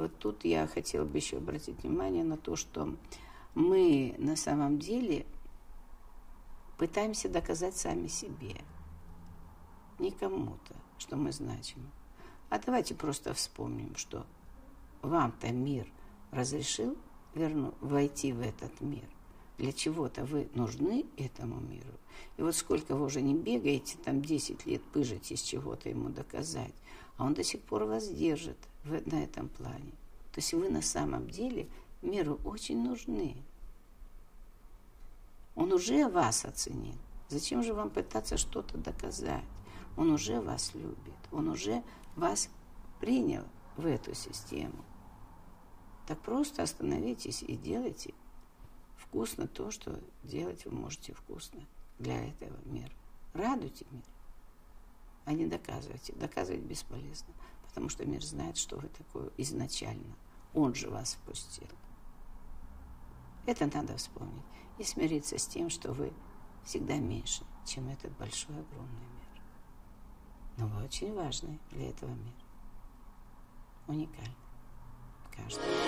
вот тут я хотела бы еще обратить внимание на то, что мы на самом деле пытаемся доказать сами себе, не кому-то, что мы значим. А давайте просто вспомним, что вам-то мир разрешил войти в этот мир. Для чего-то вы нужны этому миру. И вот сколько вы уже не бегаете, там 10 лет пыжитесь чего-то ему доказать, а он до сих пор вас держит на этом плане. То есть вы на самом деле миру очень нужны. Он уже вас оценил. Зачем же вам пытаться что-то доказать? Он уже вас любит. Он уже вас принял в эту систему. Так просто остановитесь и делайте вкусно то, что делать вы можете вкусно для этого мира. Радуйте мир, а не доказывайте. Доказывать бесполезно, потому что мир знает, что вы такое изначально. Он же вас впустил. Это надо вспомнить и смириться с тем, что вы всегда меньше, чем этот большой, огромный мир. Но вы очень важны для этого мира. Уникальны. Каждый.